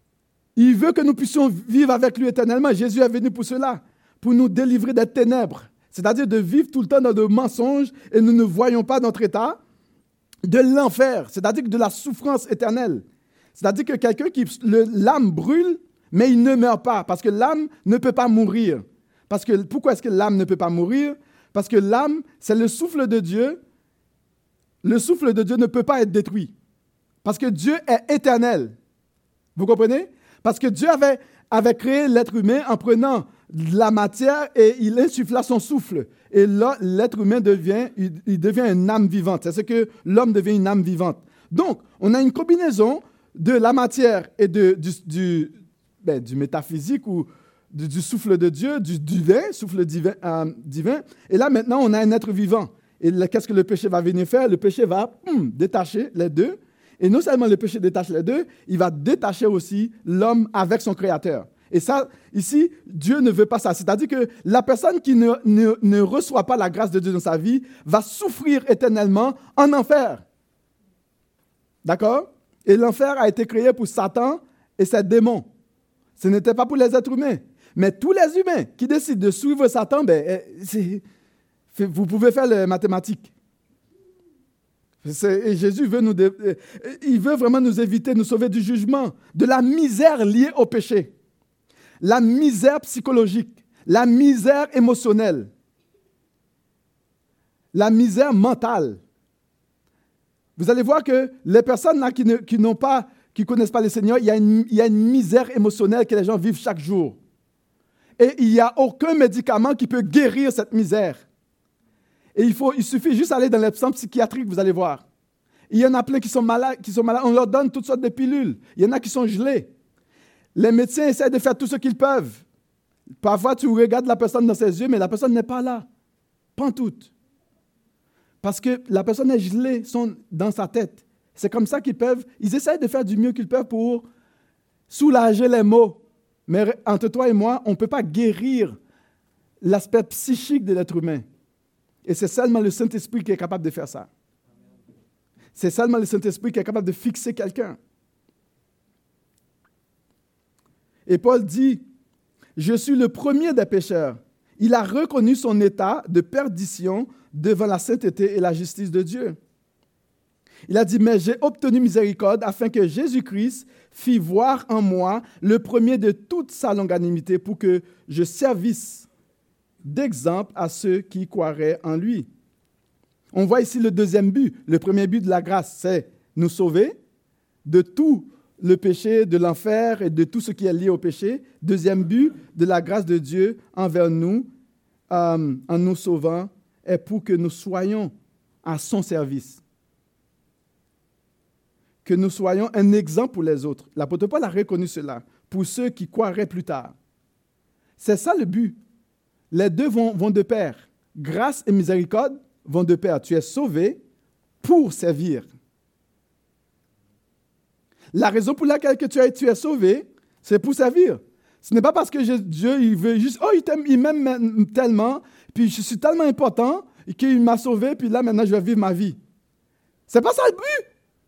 il veut que nous puissions vivre avec lui éternellement. Jésus est venu pour cela, pour nous délivrer des ténèbres, c'est-à-dire de vivre tout le temps dans de mensonges et nous ne voyons pas notre état, de l'enfer, c'est-à-dire de la souffrance éternelle. C'est-à-dire que quelqu'un qui, le, l'âme brûle, mais il ne meurt pas, parce que l'âme ne peut pas mourir. Parce que, pourquoi est-ce que l'âme ne peut pas mourir? Parce que l'âme, c'est le souffle de Dieu. Le souffle de Dieu ne peut pas être détruit. Parce que Dieu est éternel. Vous comprenez? Parce que Dieu avait, avait créé l'être humain en prenant la matière et il insuffla son souffle. Et là, l'être humain devient, il, il devient une âme vivante. C'est ce que l'homme devient une âme vivante. Donc, on a une combinaison de la matière et de, du, du, ben, du métaphysique ou du, du souffle de Dieu, du divin, souffle divin, euh, divin. Et là, maintenant, on a un être vivant. Et là, qu'est-ce que le péché va venir faire? Le péché va hum, détacher les deux. Et non seulement le péché détache les deux, il va détacher aussi l'homme avec son Créateur. Et ça, ici, Dieu ne veut pas ça. C'est-à-dire que la personne qui ne, ne, ne reçoit pas la grâce de Dieu dans sa vie va souffrir éternellement en enfer. D'accord? Et l'enfer a été créé pour Satan et ses démons. Ce n'était pas pour les êtres humains. Mais tous les humains qui décident de suivre Satan, ben, c'est, vous pouvez faire les mathématiques. C'est, et Jésus veut nous, il veut vraiment nous éviter, nous sauver du jugement, de la misère liée au péché. La misère psychologique, la misère émotionnelle, la misère mentale. Vous allez voir que les personnes là, qui ne qui n'ont pas, qui connaissent pas le Seigneur, il y a une, il y a une misère émotionnelle que les gens vivent chaque jour. Et il n'y a aucun médicament qui peut guérir cette misère. Et il, faut, il suffit juste d'aller dans les centres psychiatriques, vous allez voir. Il y en a plein qui sont malades, qui sont malades. On leur donne toutes sortes de pilules. Il y en a qui sont gelés. Les médecins essaient de faire tout ce qu'ils peuvent. Parfois, tu regardes la personne dans ses yeux, mais la personne n'est pas là. Pantoute. Parce que la personne est gelée son, dans sa tête. C'est comme ça qu'ils peuvent, ils essaient de faire du mieux qu'ils peuvent pour soulager les maux. Mais entre toi et moi, on ne peut pas guérir l'aspect psychique de l'être humain. Et c'est seulement le Saint-Esprit qui est capable de faire ça. C'est seulement le Saint-Esprit qui est capable de fixer quelqu'un. Et Paul dit, « Je suis le premier des pécheurs. » Il a reconnu son état de perdition devant la sainteté et la justice de Dieu. Il a dit, « Mais j'ai obtenu miséricorde afin que Jésus-Christ fît voir en moi le premier de toute sa longanimité pour que je servisse d'exemple à ceux qui croiraient en lui. » On voit ici le deuxième but. Le premier but de la grâce, c'est nous sauver de tout le péché, de l'enfer et de tout ce qui est lié au péché. Deuxième but de la grâce de Dieu envers nous, euh, en nous sauvant, est pour que nous soyons à son service. Que nous soyons un exemple pour les autres. L'apôtre Paul a reconnu cela, pour ceux qui croiraient plus tard. C'est ça le but. Les deux vont, vont de pair. Grâce et miséricorde vont de pair. Tu es sauvé pour servir. La raison pour laquelle que tu, es, tu es sauvé, c'est pour servir. Ce n'est pas parce que je, Dieu il veut juste, oh, il, t'aime, il m'aime tellement, puis je suis tellement important qu'il m'a sauvé, puis là, maintenant, je vais vivre ma vie. C'est pas ça le but.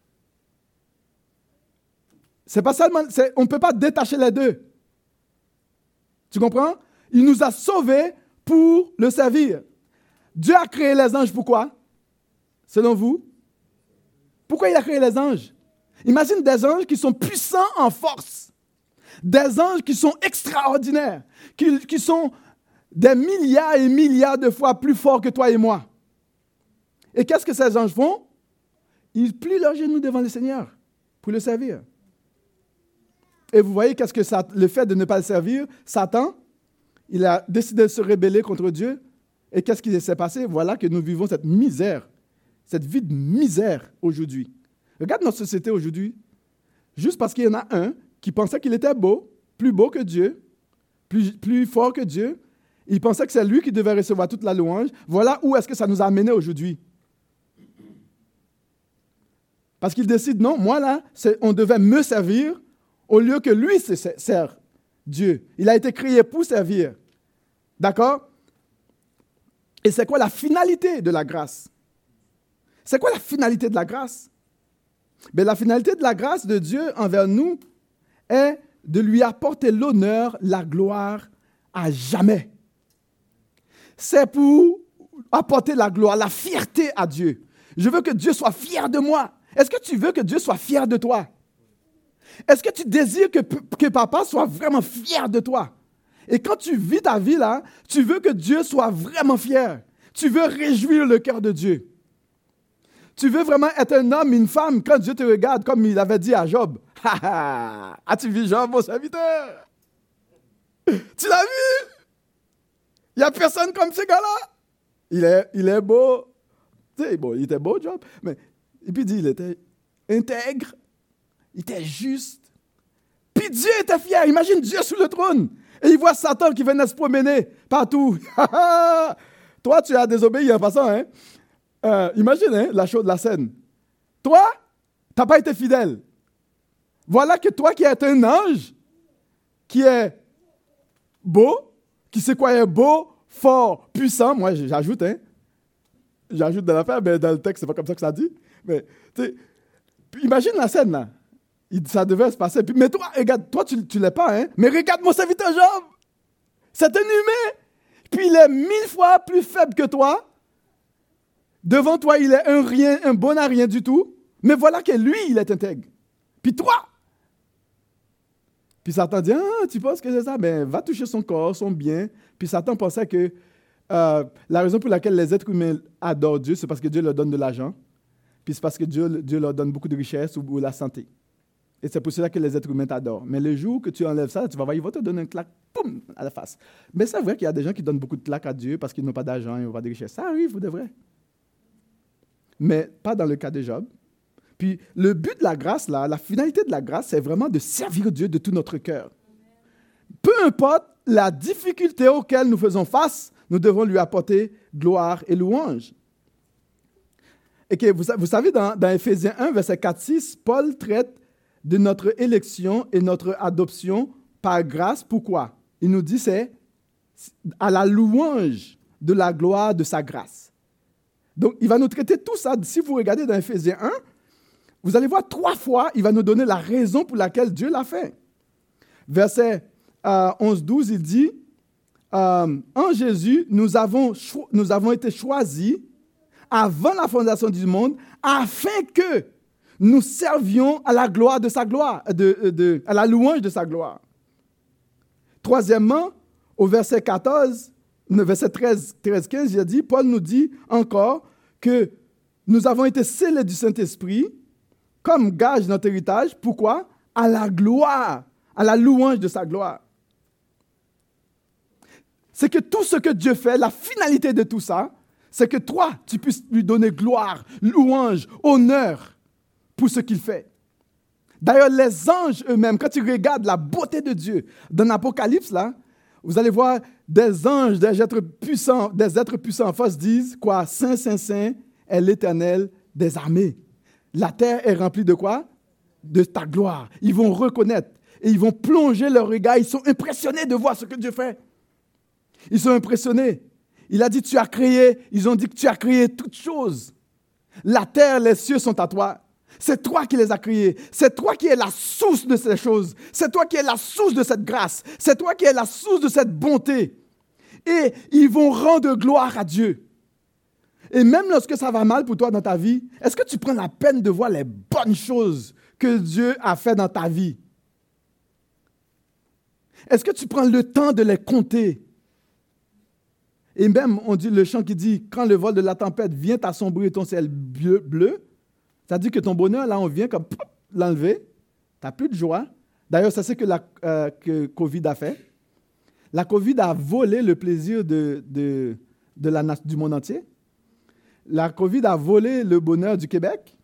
C'est pas seulement, c'est, on ne peut pas détacher les deux. Tu comprends? Il nous a sauvés pour le servir. Dieu a créé les anges, pourquoi? Selon vous? Pourquoi il a créé les anges? Imagine des anges qui sont puissants en force. Des anges qui sont extraordinaires. Qui, qui sont des milliards et milliards de fois plus forts que toi et moi. Et qu'est-ce que ces anges font? Ils plient leurs genoux devant le Seigneur pour le servir. Et vous voyez qu'est-ce que ça, le fait de ne pas le servir, Satan, il a décidé de se rebeller contre Dieu. Et qu'est-ce qui s'est passé? Voilà que nous vivons cette misère, cette vie de misère aujourd'hui. Regarde notre société aujourd'hui. Juste parce qu'il y en a un qui pensait qu'il était beau, plus beau que Dieu, plus, plus fort que Dieu, il pensait que c'est lui qui devait recevoir toute la louange. Voilà où est-ce que ça nous a amené aujourd'hui. Parce qu'il décide, non, moi là, c'est, on devait me servir au lieu que lui se sert Dieu. Il a été créé pour servir. D'accord? Et c'est quoi la finalité de la grâce? C'est quoi la finalité de la grâce? Bien, la finalité de la grâce de Dieu envers nous est de lui apporter l'honneur, la gloire à jamais. C'est pour apporter la gloire, la fierté à Dieu. Je veux que Dieu soit fier de moi. Est-ce que tu veux que Dieu soit fier de toi? Est-ce que tu désires que, que papa soit vraiment fier de toi? Et quand tu vis ta vie là, tu veux que Dieu soit vraiment fier. Tu veux réjouir le cœur de Dieu. Tu veux vraiment être un homme, une femme, quand Dieu te regarde, comme il avait dit à Job. As-tu vu Job, mon serviteur? Tu l'as vu? Il n'y a personne comme ce gars-là. Il est, il est beau. Tu sais, bon, il était beau, Job. Mais, et puis il dit, il était intègre. Il était juste. Puis Dieu était fier. Imagine Dieu sous le trône. Et il voit Satan qui venait se promener partout. Toi, tu as désobéi en passant, hein? Euh, imagine hein, la chose, la scène. Toi, tu n'as pas été fidèle. Voilà que toi qui es un ange, qui est beau, qui se croyait beau, fort, puissant, moi j'ajoute, hein, j'ajoute de l'affaire, mais dans le texte, c'est pas comme ça que ça dit. Mais, imagine la scène là. Ça devait se passer. Mais toi, regarde, toi tu ne l'es pas, hein, mais regarde mon serviteur Job. C'est un humain. Puis il est mille fois plus faible que toi. Devant toi, il est un rien, un bon à rien du tout. Mais voilà que lui, il est intègre. Puis toi. Puis Satan dit, ah, tu penses que c'est ça? Ben, va toucher son corps, son bien. Puis Satan pensait que euh, la raison pour laquelle les êtres humains adorent Dieu, c'est parce que Dieu leur donne de l'argent. Puis c'est parce que Dieu, Dieu leur donne beaucoup de richesses ou, ou la santé. Et c'est pour cela que les êtres humains t'adorent. Mais le jour que tu enlèves ça, tu vas voir, il va te donner un claque, poum, à la face. Mais c'est vrai qu'il y a des gens qui donnent beaucoup de claques à Dieu parce qu'ils n'ont pas d'argent, ils n'ont pas de richesse. Ça arrive, de vrai. Mais pas dans le cas de Job. Puis Puis le but de la grâce, là, la finalité de la grâce, c'est vraiment de servir Dieu de tout notre cœur. Peu importe la difficulté auquel nous faisons face, nous devons lui apporter gloire et louange. Et que vous, vous savez, dans, dans Éphésiens un, verset quatre six, Paul traite de notre élection et notre adoption par grâce. Pourquoi? Il nous dit c'est à la louange de la gloire de sa grâce. Donc, il va nous traiter tout ça. Si vous regardez dans Éphésiens un, vous allez voir trois fois, il va nous donner la raison pour laquelle Dieu l'a fait. Verset euh, onze douze, il dit, euh, en Jésus, nous avons, cho- nous avons été choisis avant la fondation du monde, afin que nous servions à la gloire de sa gloire, de, de, à la louange de sa gloire. Troisièmement, au verset quatorze, le verset treize quinze, il a dit, Paul nous dit encore que nous avons été scellés du Saint-Esprit comme gage de notre héritage. Pourquoi? À la gloire, à la louange de sa gloire. C'est que tout ce que Dieu fait, la finalité de tout ça, c'est que toi, tu puisses lui donner gloire, louange, honneur pour ce qu'il fait. D'ailleurs, les anges eux-mêmes, quand tu regardes la beauté de Dieu dans l'Apocalypse, là, vous allez voir des anges, des êtres puissants, des êtres puissants force disent quoi? Saint, Saint, Saint est l'Éternel des armées. La terre est remplie de quoi? De ta gloire. Ils vont reconnaître et ils vont plonger leur regard. Ils sont impressionnés de voir ce que Dieu fait. Ils sont impressionnés. Il a dit, tu as créé, ils ont dit que tu as créé toutes choses. La terre, les cieux sont à toi. C'est toi qui les as créés. C'est toi qui es la source de ces choses. C'est toi qui es la source de cette grâce. C'est toi qui es la source de cette bonté. Et ils vont rendre gloire à Dieu. Et même lorsque ça va mal pour toi dans ta vie, est-ce que tu prends la peine de voir les bonnes choses que Dieu a fait dans ta vie? Est-ce que tu prends le temps de les compter? Et même, on dit le chant qui dit, quand le vol de la tempête vient assombrir ton ciel bleu, bleu, ça dit que ton bonheur, là, on vient comme pop, l'enlever. Tu n'as plus de joie. D'ailleurs, c'est ce que la euh, que COVID a fait. La COVID a volé le plaisir de, de, de la, du monde entier. La COVID a volé le bonheur du Québec.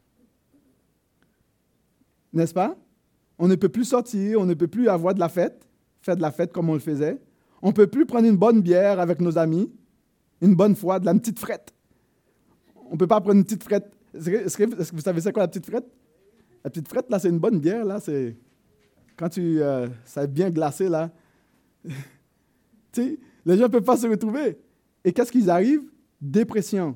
N'est-ce pas? On ne peut plus sortir, on ne peut plus avoir de la fête, faire de la fête comme on le faisait. On ne peut plus prendre une bonne bière avec nos amis, une bonne fois, de la petite frette. On ne peut pas prendre une petite frette. Est-ce que, est-ce que vous savez c'est quoi la petite frette? La petite frette, là, c'est une bonne bière, là. C'est quand tu... Euh, ça est bien glacé, là. Tu sais, les gens ne peuvent pas se retrouver. Et qu'est-ce qu'ils arrivent? Dépression.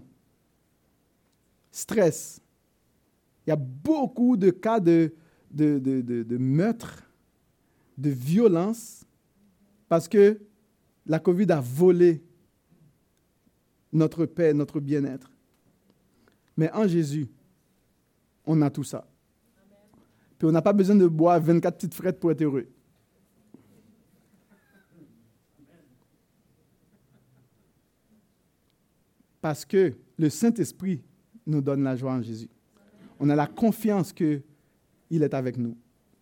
Stress. Il y a beaucoup de cas de, de, de, de, de meurtre, de violence, parce que la COVID a volé notre paix, notre bien-être. Mais en Jésus, on a tout ça. Puis on n'a pas besoin de boire vingt-quatre petites frettes pour être heureux. Parce que le Saint-Esprit nous donne la joie en Jésus. On a la confiance qu'il est avec nous.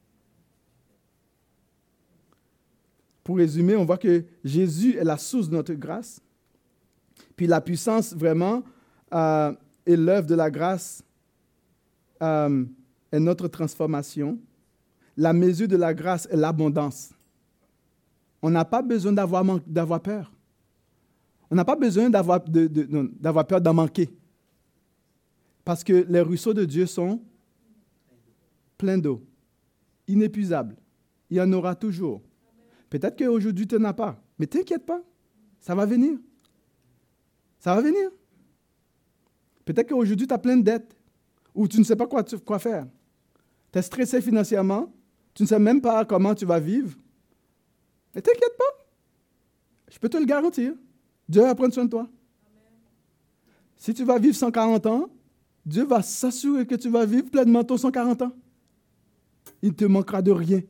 Pour résumer, on voit que Jésus est la source de notre grâce. Puis la puissance, vraiment, euh, et l'œuvre de la grâce euh, est notre transformation. La mesure de la grâce est l'abondance. On n'a pas besoin d'avoir, man- d'avoir peur. On n'a pas besoin d'avoir, de, de, non, d'avoir peur d'en manquer. Parce que les ruisseaux de Dieu sont pleins d'eau, inépuisables. Il y en aura toujours. Peut-être qu'aujourd'hui, tu n'en as pas, mais t'inquiète pas, ça va venir. Ça va venir. Peut-être qu'aujourd'hui, tu as plein de dettes ou tu ne sais pas quoi, tu, quoi faire. Tu es stressé financièrement, tu ne sais même pas comment tu vas vivre. Mais t'inquiète pas, je peux te le garantir. Dieu va prendre soin de toi. Amen. Si tu vas vivre cent quarante ans, Dieu va s'assurer que tu vas vivre pleinement ton cent quarante ans. Il ne te manquera de rien.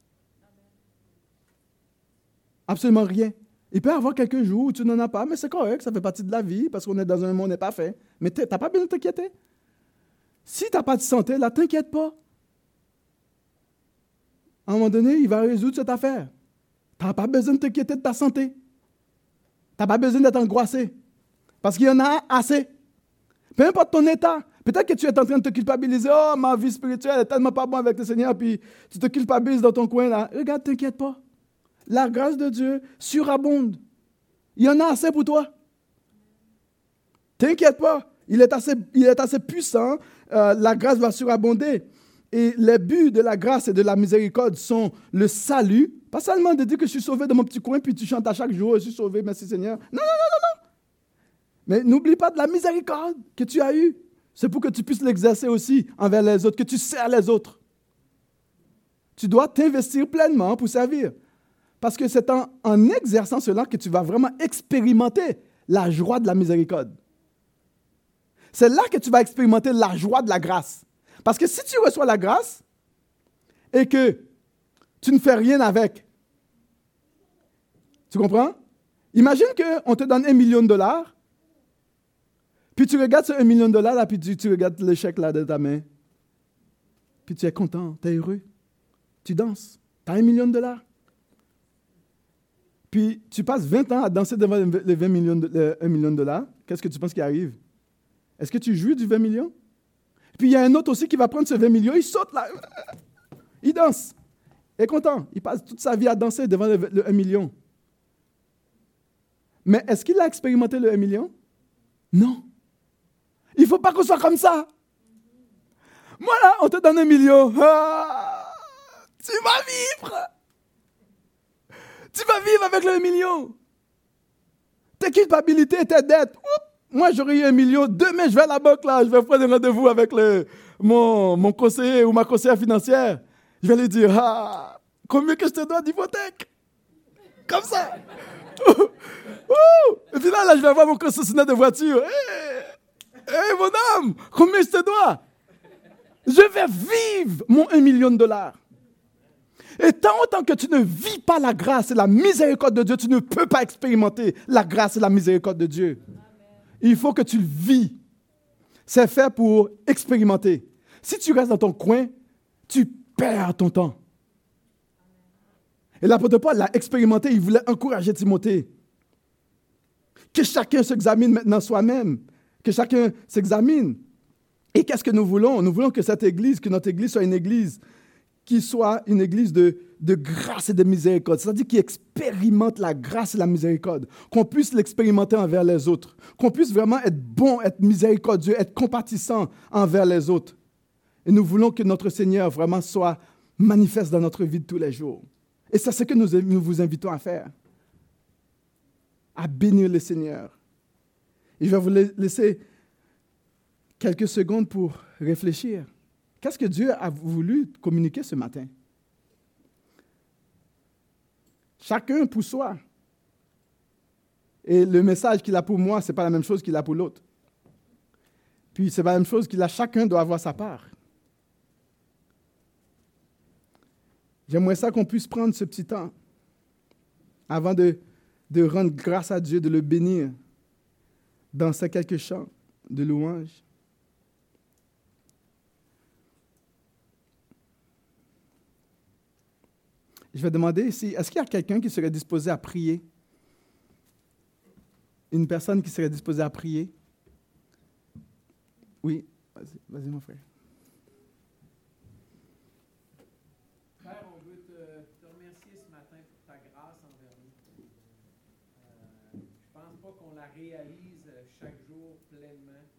Absolument rien. Il peut y avoir quelques jours où tu n'en as pas, mais c'est correct, ça fait partie de la vie, parce qu'on est dans un monde imparfait. Mais tu n'as pas besoin de t'inquiéter. Si tu n'as pas de santé, là, t'inquiète pas. À un moment donné, il va résoudre cette affaire. Tu n'as pas besoin de t'inquiéter de ta santé. Tu n'as pas besoin d'être angoissé. Parce qu'il y en a assez. Peu importe ton état, peu Peut-être que tu es en train de te culpabiliser. Oh, ma vie spirituelle est tellement pas bonne avec le Seigneur, puis tu te culpabilises dans ton coin là. Regarde, t'inquiète pas. La grâce de Dieu surabonde. Il y en a assez pour toi. T'inquiète pas. Il est assez, il est assez puissant. Euh, la grâce va surabonder. Et les buts de la grâce et de la miséricorde sont le salut. Pas seulement de dire que je suis sauvé dans mon petit coin, puis tu chantes à chaque jour, je suis sauvé, merci Seigneur. Non, non, non, non, non. Mais n'oublie pas de la miséricorde que tu as eue. C'est pour que tu puisses l'exercer aussi envers les autres, que tu sers les autres. Tu dois t'investir pleinement pour servir. Parce que c'est en, en exerçant cela que tu vas vraiment expérimenter la joie de la miséricorde. C'est là que tu vas expérimenter la joie de la grâce. Parce que si tu reçois la grâce et que tu ne fais rien avec, tu comprends? Imagine qu'on te donne un million de dollars, puis tu regardes ce un million de dollars, là, puis tu, tu regardes le chèque là de ta main, puis tu es content, tu es heureux, tu danses, tu as un million de dollars. Puis tu passes vingt ans à danser devant les vingt millions de, le un million de dollars, qu'est-ce que tu penses qui arrive? Est-ce que tu jouis du vingt millions? Puis il y a un autre aussi qui va prendre ce vingt millions, il saute là, il danse, il est content, il passe toute sa vie à danser devant le, le un million. Mais est-ce qu'il a expérimenté le un million? Non. Il ne faut pas qu'on soit comme ça. Moi là, on te donne un million. Ah, tu vas vivre. Tu vas vivre avec le un million. Tes culpabilités, tes dettes. Oups, moi, j'aurais eu un million. Demain, je vais à la banque là. Je vais prendre un rendez-vous avec le, mon, mon conseiller ou ma conseillère financière. Je vais lui dire, ah, combien que je te dois d'hypothèque? Comme ça. Et puis là, là, je vais voir mon concessionnaire de voiture. Hé, hey, hey, mon homme, combien je te dois? Je vais vivre mon un million de dollars. Et tant autant que tu ne vis pas la grâce et la miséricorde de Dieu, tu ne peux pas expérimenter la grâce et la miséricorde de Dieu. Amen. Il faut que tu le vis. C'est fait pour expérimenter. Si tu restes dans ton coin, tu perds ton temps. Et l'apôtre Paul l'a expérimenté, il voulait encourager Timothée. Que chacun s'examine maintenant soi-même. Que chacun s'examine. Et qu'est-ce que nous voulons? Nous voulons que cette église, que notre église soit une église qui soit une église de, de grâce et de miséricorde. C'est-à-dire qui expérimente la grâce et la miséricorde. Qu'on puisse l'expérimenter envers les autres. Qu'on puisse vraiment être bon, être miséricordieux, être compatissant envers les autres. Et nous voulons que notre Seigneur vraiment soit manifeste dans notre vie de tous les jours. Et c'est ce que nous, nous vous invitons à faire. À bénir le Seigneur. Et je vais vous laisser quelques secondes pour réfléchir. Qu'est-ce que Dieu a voulu communiquer ce matin? Chacun pour soi. Et le message qu'il a pour moi, ce n'est pas la même chose qu'il a pour l'autre. Puis ce n'est pas la même chose qu'il a. Chacun doit avoir sa part. J'aimerais ça qu'on puisse prendre ce petit temps avant de, de rendre grâce à Dieu, de le bénir dans ces quelques chants de louange. Je vais demander ici, est-ce qu'il y a quelqu'un qui serait disposé à prier? Une personne qui serait disposée à prier? Oui, vas-y, vas-y mon frère. Père, on veut te, te remercier ce matin pour ta grâce envers nous. Euh, je ne pense pas qu'on la réalise chaque jour pleinement.